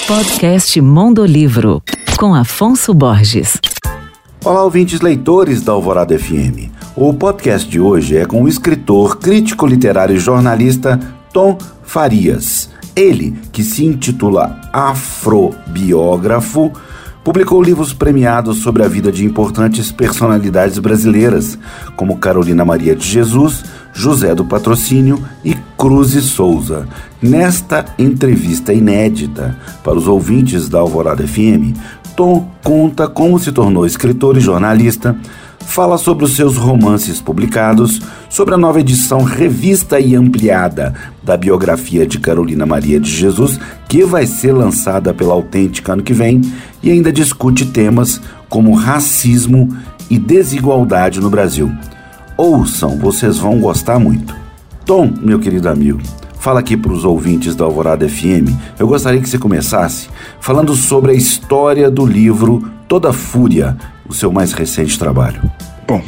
Podcast Mondolivro, com Afonso Borges. Olá, ouvintes leitores da Alvorada FM. O podcast de hoje é com o escritor, crítico literário e jornalista Tom Farias. Ele, que se intitula Afrobiógrafo, publicou livros premiados sobre a vida de importantes personalidades brasileiras, como Carolina Maria de Jesus, José do Patrocínio e Cruz e Souza. Nesta entrevista inédita para os ouvintes da Alvorada FM, Tom conta como se tornou escritor e jornalista, fala sobre os seus romances publicados, sobre a nova edição revista e ampliada da biografia de Carolina Maria de Jesus, que vai ser lançada pela Autêntica ano que vem, e ainda discute temas como racismo e desigualdade no Brasil. Ouçam, vocês vão gostar muito. Tom, meu querido amigo, fala aqui para os ouvintes da Alvorada FM. Eu gostaria que você começasse falando sobre a história do livro Toda Fúria, o seu mais recente trabalho. Bom,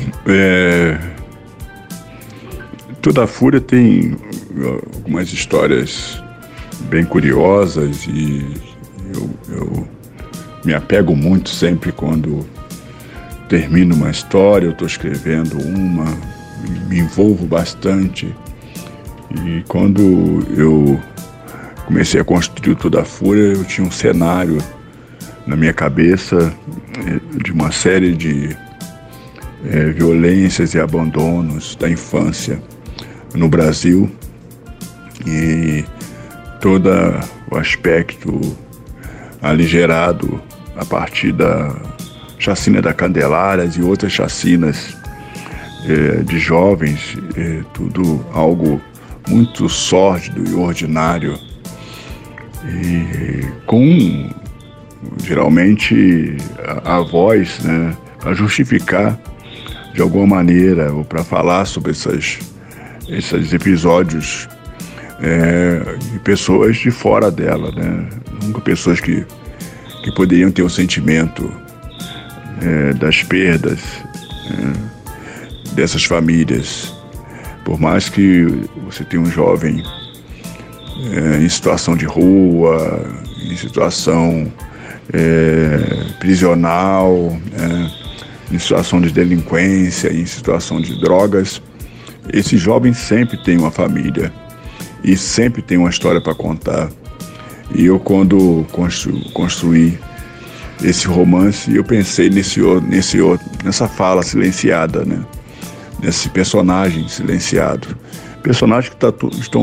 Toda Fúria tem algumas histórias bem curiosas e eu me apego muito sempre quando termino uma história, eu estou escrevendo uma, me envolvo bastante. E quando eu comecei a construir Toda Fúria, eu tinha um cenário na minha cabeça de uma série de violências e abandonos da infância no Brasil, e todo o aspecto ali gerado a partir da chacina da Candelárias e outras chacinas de jovens, tudo algo muito sórdido e ordinário, e com geralmente a voz, né, para justificar de alguma maneira ou para falar sobre esses episódios de pessoas de fora dela, né? Nunca pessoas que poderiam ter o sentimento das perdas dessas famílias. Por mais que você tenha um jovem em situação de rua, em situação prisional, em situação de delinquência, em situação de drogas, esse jovem sempre tem uma família e sempre tem uma história para contar. E eu, quando construí esse romance, eu pensei nessa fala silenciada, né? Nesse personagem silenciado, personagem que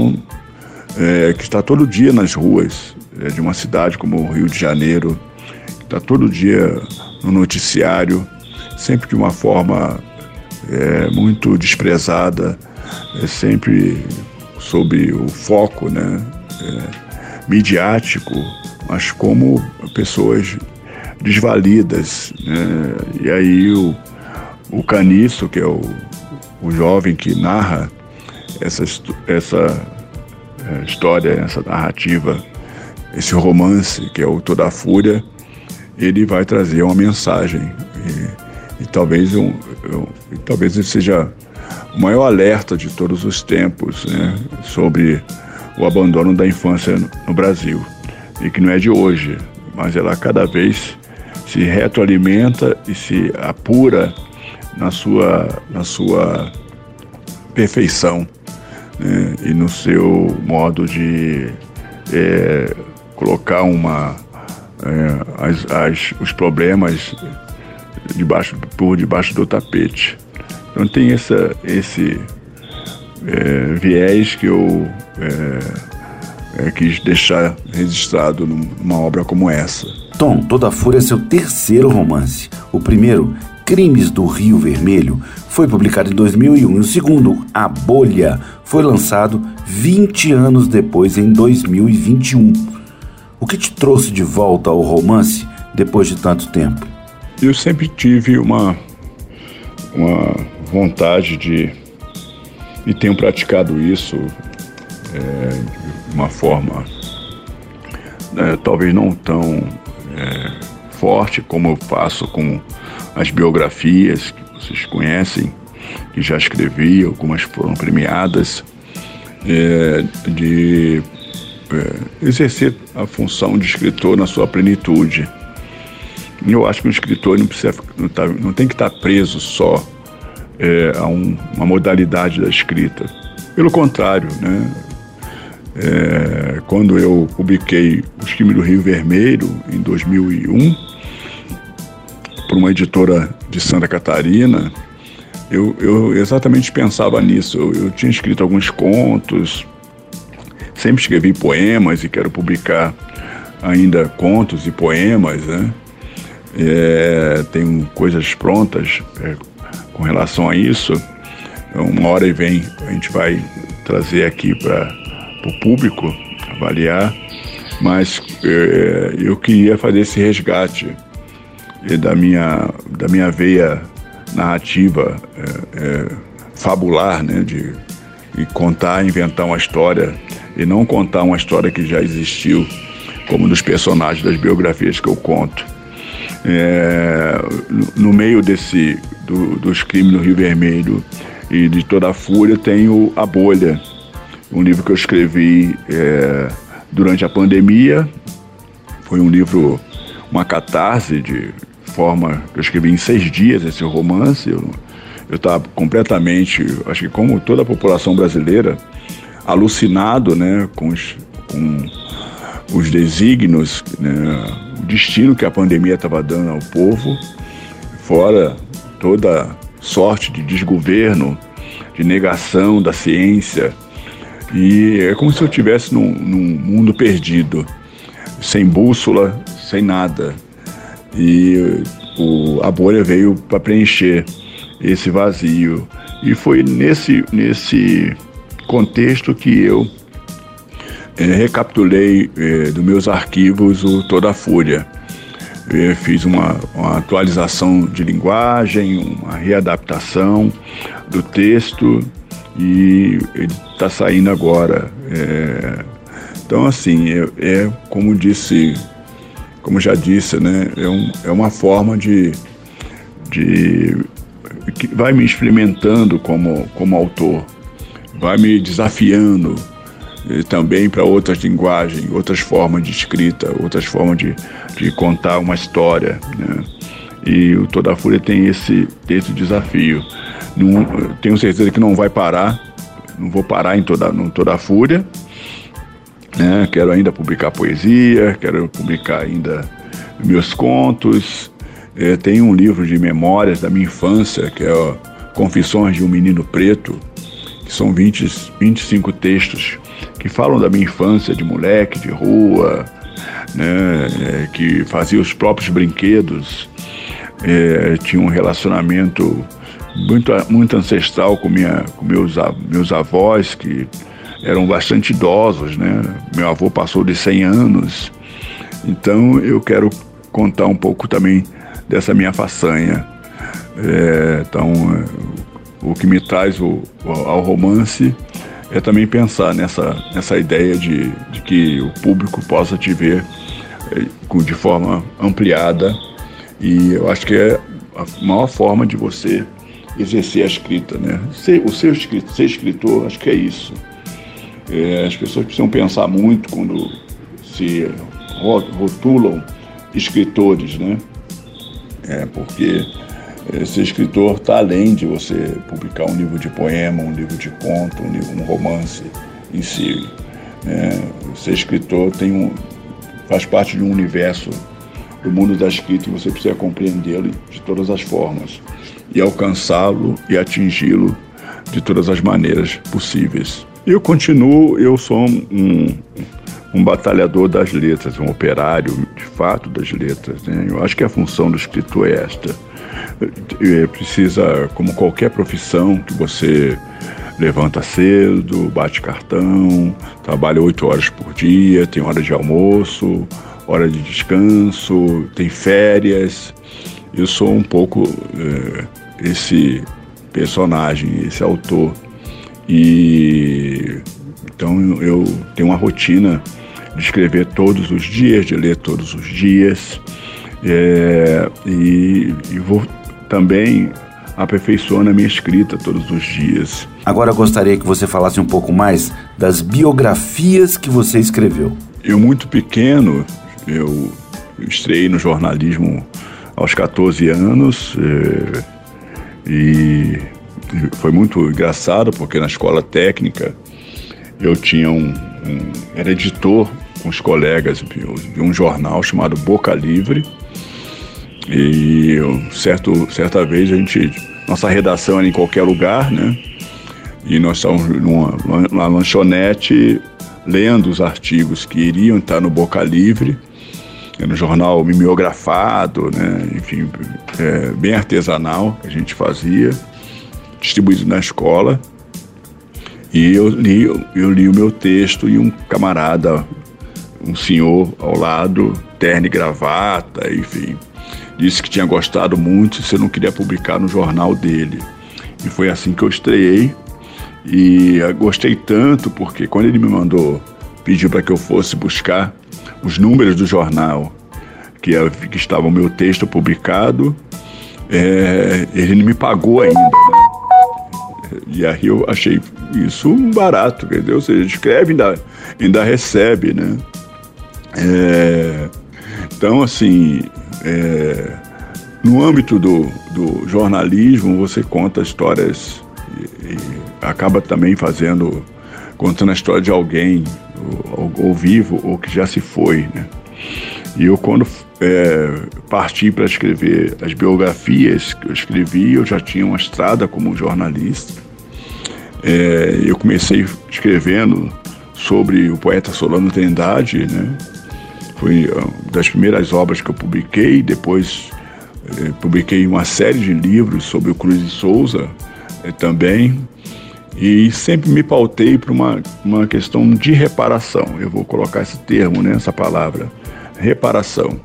está todo dia nas ruas de uma cidade como o Rio de Janeiro, que está todo dia no noticiário, sempre de uma forma muito desprezada, sempre sob o foco, né, midiático, mas como pessoas desvalidas, né? E aí o Caniço, que é o jovem que narra essa história, essa narrativa, esse romance que é o Toda Fúria, ele vai trazer uma mensagem e talvez ele seja o maior alerta de todos os tempos, né, sobre o abandono da infância no Brasil, e que não é de hoje, mas ela cada vez se retroalimenta e se apura na sua perfeição, né, e no seu modo de colocar os problemas por debaixo do tapete. Então tem esse viés que eu quis deixar registrado numa obra como essa. Tom, Toda Fúria é seu terceiro romance. O primeiro, Crimes do Rio Vermelho, foi publicado em 2001 e o segundo, A Bolha, foi lançado 20 anos depois, em 2021. O que te trouxe de volta ao romance depois de tanto tempo? Eu sempre tive uma vontade e tenho praticado isso de uma forma talvez não tão forte como eu faço com as biografias que vocês conhecem, que já escrevi, algumas foram premiadas, de exercer a função de escritor na sua plenitude. E eu acho que um escritor não tem que estar preso só a uma modalidade da escrita. Pelo contrário, né? Quando eu publiquei Os Crimes do Rio Vermelho, em 2001, por uma editora de Santa Catarina, eu exatamente pensava nisso. Eu tinha escrito alguns contos, sempre escrevi poemas e quero publicar ainda contos e poemas, né? Tenho coisas prontas com relação a isso. Uma hora e vem, a gente vai trazer aqui para o público avaliar, mas eu queria fazer esse resgate da minha veia narrativa fabular, né, de contar, inventar uma história e não contar uma história que já existiu, como dos personagens das biografias que eu conto. No meio dos Crimes do Rio Vermelho e de Toda a Fúria tem A Bolha, um livro que eu escrevi durante a pandemia. Foi um livro, uma catarse, de forma que eu escrevi em 6 dias esse romance. Eu estava completamente, acho que como toda a população brasileira, alucinado, né, com os desígnios, né, o destino que a pandemia estava dando ao povo, fora toda sorte de desgoverno, de negação da ciência. E é como se eu estivesse num mundo perdido, sem bússola, sem nada. E A Bolha veio para preencher esse vazio. E foi nesse contexto que eu recapitulei dos meus arquivos o Toda a Fúria. Fiz uma atualização de linguagem, uma readaptação do texto, e ele está saindo agora. Então, assim, como já disse, né, é uma forma que vai me experimentando como autor, vai me desafiando também para outras linguagens, outras formas de escrita, outras formas de contar uma história, né? E o Toda a Fúria tem esse desafio. Tenho certeza que não vai parar, não vou parar no Toda a Fúria, né? Quero ainda publicar poesia, quero publicar ainda meus contos. Tem um livro de memórias da minha infância, que é Confissões de um Menino Preto, que são 25 textos que falam da minha infância de moleque, de rua, né, que fazia os próprios brinquedos, tinha um relacionamento muito ancestral com meus avós, que eram bastante idosos, né? Meu avô passou de 100 anos. Então eu quero contar um pouco também dessa minha façanha. O que me traz ao romance é também pensar nessa ideia de que o público possa te ver de forma ampliada, e eu acho que é a maior forma de você exercer a escrita, né? Ser escritor, acho que é isso. As pessoas precisam pensar muito quando se rotulam escritores, né? Porque ser escritor está além de você publicar um livro de poema, um livro de conto, um romance em si. Ser escritor faz parte de um universo do mundo da escrita, e você precisa compreendê-lo de todas as formas e alcançá-lo e atingi-lo de todas as maneiras possíveis. Eu sou um batalhador das letras, um operário de fato das letras, né? Eu acho que a função do escritor é esta. Precisa, como qualquer profissão, que você levanta cedo, bate cartão, trabalha 8 horas por dia, tem hora de almoço, hora de descanso, tem férias. Eu sou um pouco esse personagem, esse autor. E então eu tenho uma rotina de escrever todos os dias, de ler todos os dias, e vou também aperfeiçoando a minha escrita todos os dias. Agora eu gostaria que você falasse um pouco mais das biografias que você escreveu? Eu, muito pequeno, eu estreiei no jornalismo aos 14 anos e foi muito engraçado porque na escola técnica eu tinha era editor com os colegas de um jornal chamado Boca Livre. E certa vez nossa redação era em qualquer lugar, né? E nós estávamos numa lanchonete lendo os artigos que iriam estar no Boca Livre, no jornal mimeografado, né? Enfim, bem artesanal que a gente fazia, distribuído na escola. E eu li o meu texto e um camarada, um senhor ao lado, terno e gravata, enfim, disse que tinha gostado muito e se eu não queria publicar no jornal dele. E foi assim que eu estreiei. E gostei tanto porque quando ele me pediu para que eu fosse buscar os números do jornal que estava o meu texto publicado, ele não me pagou ainda, né? E aí eu achei isso um barato, entendeu? Ou seja, escreve e ainda recebe, né? Então, assim, no âmbito do jornalismo, você conta histórias e acaba também contando a história de alguém, ou vivo, ou que já se foi, né? E eu, quando parti para escrever as biografias que eu escrevi, eu já tinha uma estrada como jornalista. Eu comecei escrevendo sobre o poeta Solano Trindade, né? Foi uma das primeiras obras que eu publiquei. Depois publiquei uma série de livros sobre o Cruz de Souza também. E sempre me pautei para uma questão de reparação. Eu vou colocar esse termo, né, essa palavra, reparação.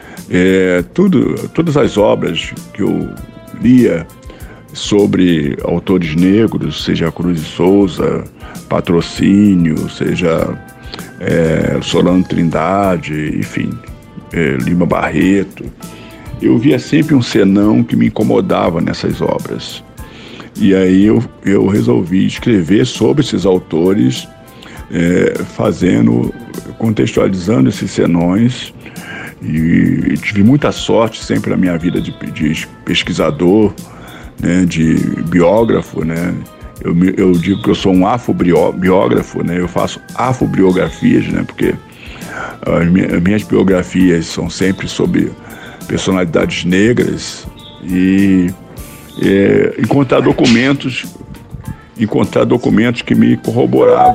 Todas as obras que eu lia sobre autores negros, seja Cruz de Souza, Patrocínio, seja Solano Trindade, enfim, Lima Barreto, eu via sempre um senão que me incomodava nessas obras. E aí eu resolvi escrever sobre esses autores, contextualizando esses senões, e tive muita sorte sempre na minha vida de pesquisador, né, de biógrafo, né? Eu digo que eu sou um afrobiógrafo, né? Eu faço afrobiografias, né? Porque as minhas biografias são sempre sobre personalidades negras e encontrar documentos que me corroboravam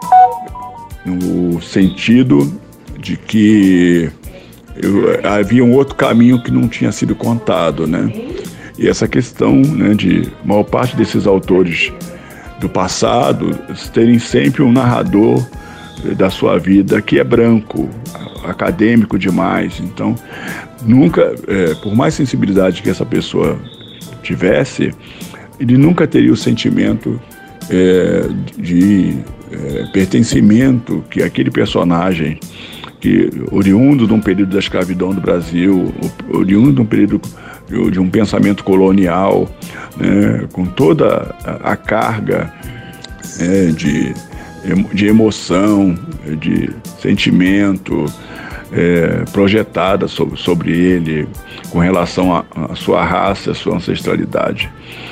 no sentido de que havia um outro caminho que não tinha sido contado, né? E essa questão, né, de maior parte desses autores do passado terem sempre um narrador da sua vida que é branco, acadêmico demais. Então, nunca, por mais sensibilidade que essa pessoa tivesse, ele nunca teria o sentimento de pertencimento que aquele personagem, que oriundo de um período da escravidão do Brasil, oriundo de um período de um pensamento colonial, né, com toda a carga de emoção, de sentimento projetada sobre ele com relação à sua raça, à sua ancestralidade.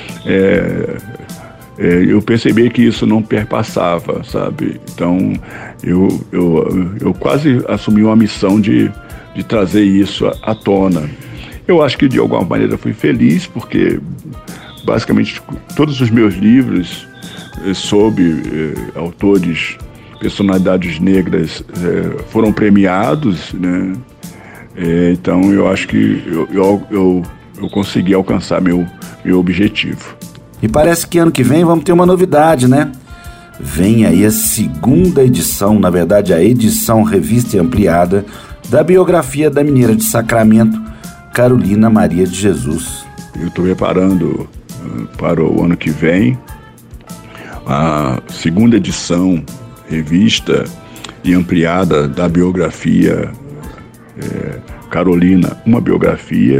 Eu percebi que isso não perpassava, sabe? Então eu quase assumi uma missão de trazer isso à tona. Eu acho que de alguma maneira fui feliz, porque basicamente todos os meus livros sobre autores, personalidades negras foram premiados, né? Então eu acho que eu consegui alcançar meu objetivo. E parece que ano que vem vamos ter uma novidade, né? Vem aí a segunda edição, na verdade a edição revista e ampliada da biografia da mineira de Sacramento, Carolina Maria de Jesus. Eu estou preparando para o ano que vem a segunda edição revista e ampliada da biografia Carolina, uma biografia,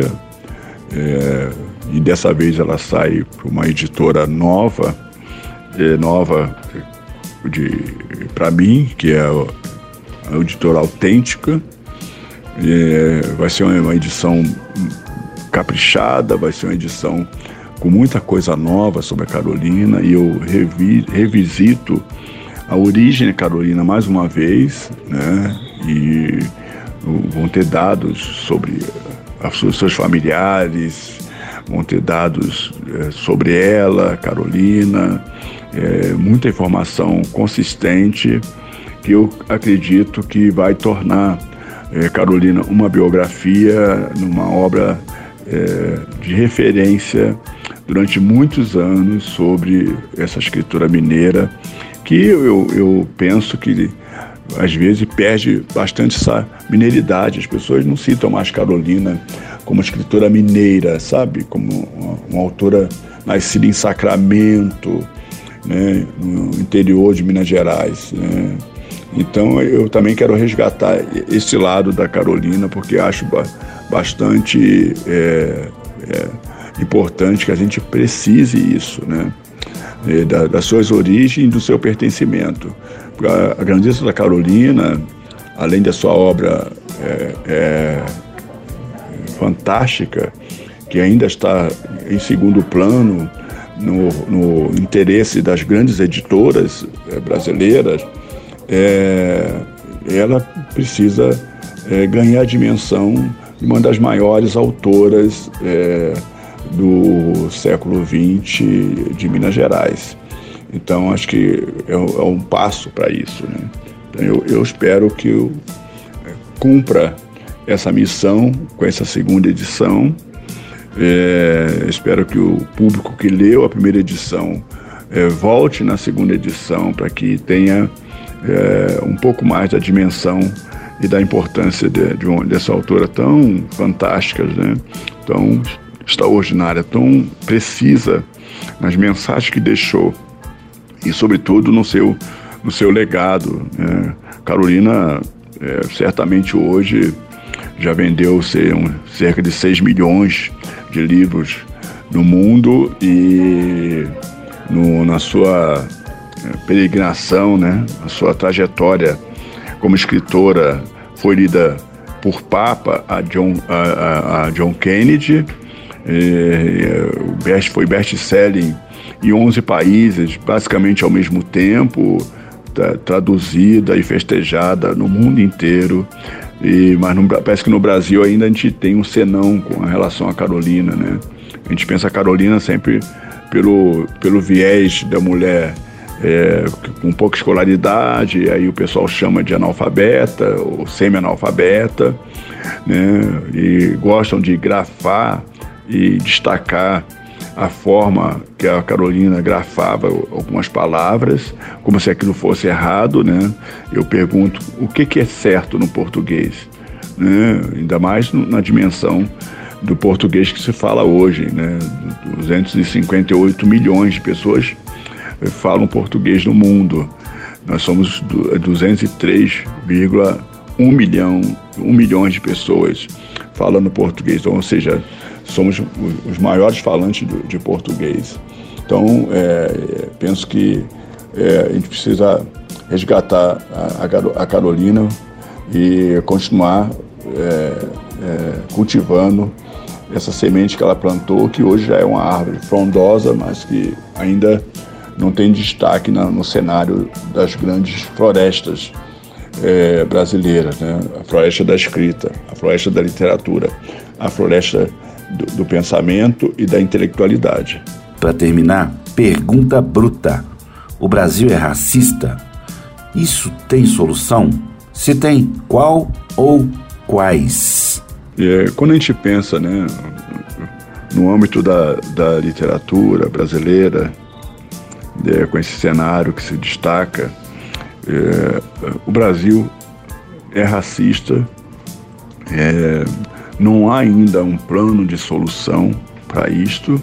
e dessa vez ela sai para uma editora nova para mim, que é a editora Autêntica. Vai ser uma edição caprichada, vai ser uma edição com muita coisa nova sobre a Carolina, e eu revisito a origem da Carolina mais uma vez, né? E vão ter dados sobre seus familiares, vão ter dados sobre ela, Carolina, muita informação consistente que eu acredito que vai tornar Carolina uma biografia, numa obra de referência durante muitos anos sobre essa escritora mineira, que eu penso que às vezes perde bastante essa mineiridade. As pessoas não citam mais Carolina como escritora mineira, sabe? Como uma autora nascida em Sacramento, né? No interior de Minas Gerais, né? Então eu também quero resgatar esse lado da Carolina, porque acho bastante importante que a gente precise isso, né? Das suas origens e do seu pertencimento. A grandeza da Carolina, além da sua obra fantástica, que ainda está em segundo plano no interesse das grandes editoras brasileiras, ela precisa ganhar a dimensão de uma das maiores autoras do século XX de Minas Gerais. Então, acho que é um passo para isso, né? Então, eu espero que eu cumpra essa missão com essa segunda edição. Espero que o público que leu a primeira edição volte na segunda edição, para que tenha um pouco mais da dimensão e da importância dessa autora tão fantástica, né? Tão extraordinária, tão precisa nas mensagens que deixou e, sobretudo, no seu legado, né? Carolina, certamente hoje já vendeu cerca de 6 milhões de livros no mundo, e na sua peregrinação, né? A sua trajetória como escritora foi lida por Papa a John Kennedy. Foi best-selling em 11 países, basicamente ao mesmo tempo, traduzida e festejada no mundo inteiro. Mas parece que no Brasil ainda a gente tem um senão com relação à Carolina, né? A gente pensa a Carolina sempre pelo viés da mulher com pouca escolaridade, aí o pessoal chama de analfabeta ou semi-analfabeta, né? E gostam de grafar e destacar a forma que a Carolina grafava algumas palavras, como se aquilo fosse errado, né? Eu pergunto, o que é certo no português, né? Ainda mais na dimensão do português que se fala hoje, né? 258 milhões de pessoas falam português no mundo. Nós somos 203,1 milhões de pessoas falando português, então, ou seja, somos os maiores falantes de português. Então, penso que a gente precisa resgatar a Carolina e continuar cultivando essa semente que ela plantou, que hoje já é uma árvore frondosa, mas que ainda não tem destaque no cenário das grandes florestas brasileiras, né? A floresta da escrita, a floresta da literatura, a floresta do pensamento e da intelectualidade. Para terminar, pergunta bruta. O Brasil é racista? Isso tem solução? Se tem, qual ou quais? Quando a gente pensa, né, no âmbito da literatura brasileira, com esse cenário que se destaca, o Brasil é racista. Não há ainda um plano de solução para isto.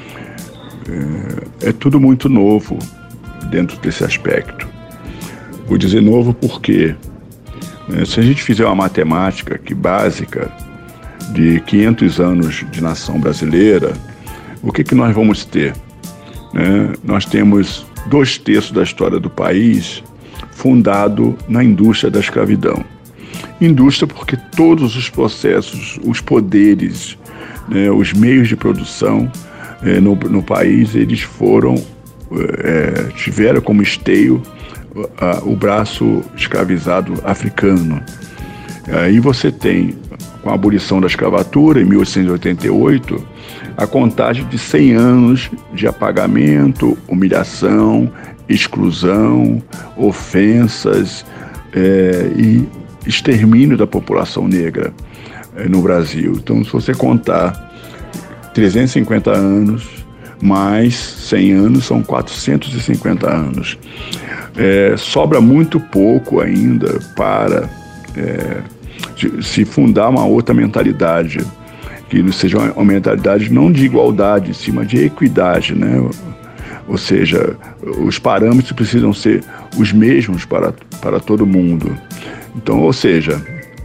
É tudo muito novo dentro desse aspecto. Vou dizer novo porque, se a gente fizer uma matemática básica de 500 anos de nação brasileira, o que nós vamos ter? Nós temos 2/3 da história do país fundado na indústria da escravidão. Indústria porque todos os processos, os poderes, né, os meios de produção no país, eles tiveram como esteio o braço escravizado africano. Aí você tem, com a abolição da escravatura, em 1888, a contagem de 100 anos de apagamento, humilhação, exclusão, ofensas e extermínio da população negra no Brasil. Então, se você contar 350 anos, mais 100 anos, são 450 anos. Sobra muito pouco ainda para se fundar uma outra mentalidade, que seja uma mentalidade não de igualdade, sim, mas de equidade, né? Ou seja, os parâmetros precisam ser os mesmos para todo mundo. Então, ou seja,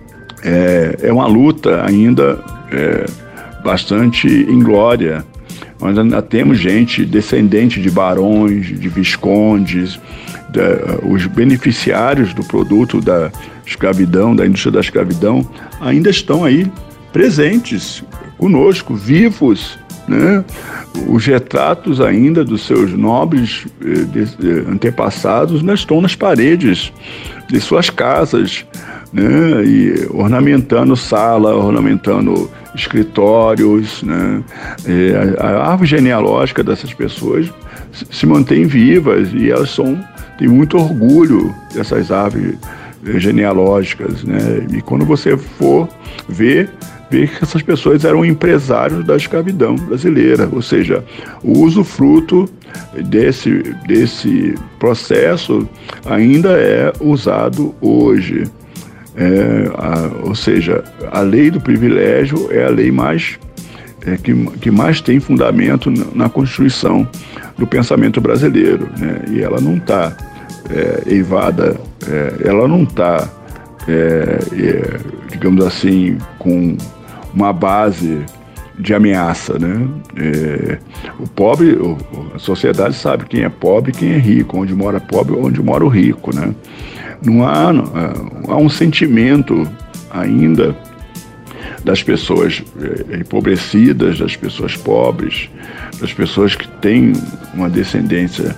é uma luta ainda bastante inglória. Nós ainda temos gente descendente de barões, de viscondes, os beneficiários do produto da escravidão, da indústria da escravidão, ainda estão aí presentes conosco, vivos, né? Os retratos ainda dos seus nobres antepassados estão nas paredes de suas casas, né? E ornamentando sala, ornamentando escritórios, né? A árvore genealógica dessas pessoas se mantém vivas e elas têm muito orgulho dessas árvores genealógicas, né? E quando você for ver que essas pessoas eram empresários da escravidão brasileira, ou seja, o usufruto desse processo ainda é usado hoje. Ou seja, a lei do privilégio é a lei que mais tem fundamento na Constituição do pensamento brasileiro, né? E ela não está eivada, ela não está, digamos assim, com uma base de ameaça, né? O pobre, a sociedade sabe quem é pobre e quem é rico, onde mora pobre, onde mora o rico, né? Não há um sentimento ainda das pessoas empobrecidas, das pessoas pobres, das pessoas que têm uma descendência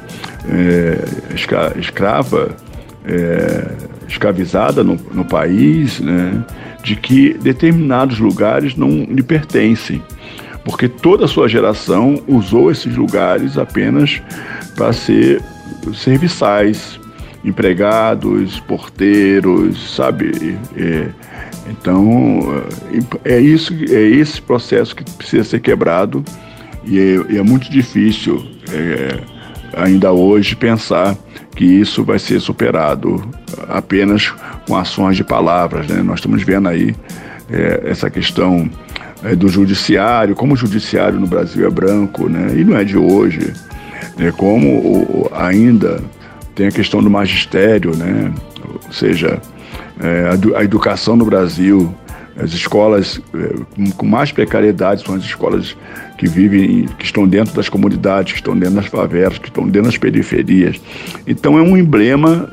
escravizada no país, né? De que determinados lugares não lhe pertencem, porque toda a sua geração usou esses lugares apenas para ser serviçais, empregados, porteiros, sabe? Então, é esse processo que precisa ser quebrado e é muito difícil ainda hoje pensar que isso vai ser superado apenas com ações de palavras, né? Nós estamos vendo aí essa questão do judiciário, como o judiciário no Brasil é branco, né? E não é de hoje, como ainda tem a questão do magistério, né? Ou seja, a educação no Brasil, as escolas com mais precariedade são as escolas que estão dentro das comunidades, que estão dentro das favelas, que estão dentro das periferias. Então é um emblema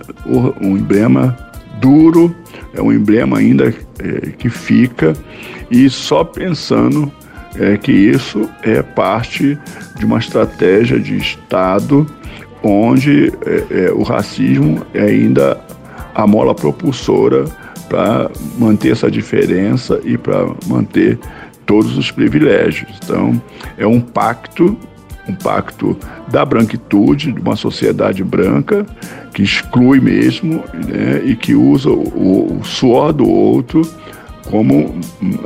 duro, é um emblema ainda que fica, e só pensando que isso é parte de uma estratégia de Estado onde o racismo é ainda a mola propulsora para manter essa diferença e para manter todos os privilégios. Então, é um pacto da branquitude, de uma sociedade branca que exclui mesmo, né, e que usa o suor do outro como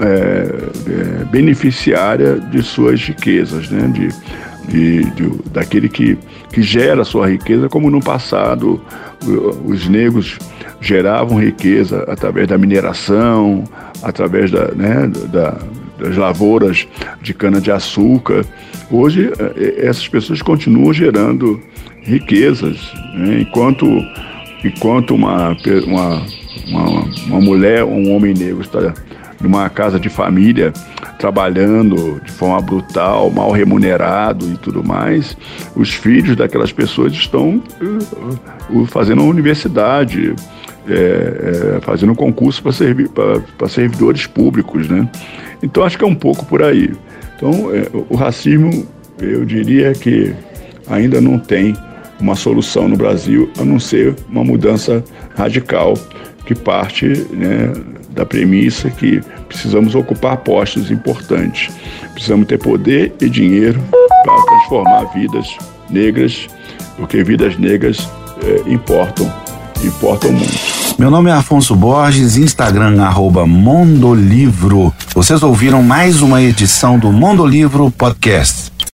beneficiária de suas riquezas, né, daquele que gera a sua riqueza, como no passado os negros geravam riqueza através da mineração, através das lavouras de cana-de-açúcar. Hoje, essas pessoas continuam gerando riquezas, né? Enquanto uma mulher ou um homem negro está numa casa de família, trabalhando de forma brutal, mal remunerado e tudo mais, os filhos daquelas pessoas estão fazendo uma universidade, fazendo um concurso para servidores públicos, né? Então acho que é um pouco por aí. Então o racismo, eu diria que ainda não tem uma solução no Brasil, a não ser uma mudança radical que parte, né, da premissa que precisamos ocupar postos importantes. Precisamos ter poder e dinheiro para transformar vidas negras, porque vidas negras importam muito. Meu nome é Afonso Borges, Instagram @Mondolivro. Vocês ouviram mais uma edição do Mondolivro Podcast.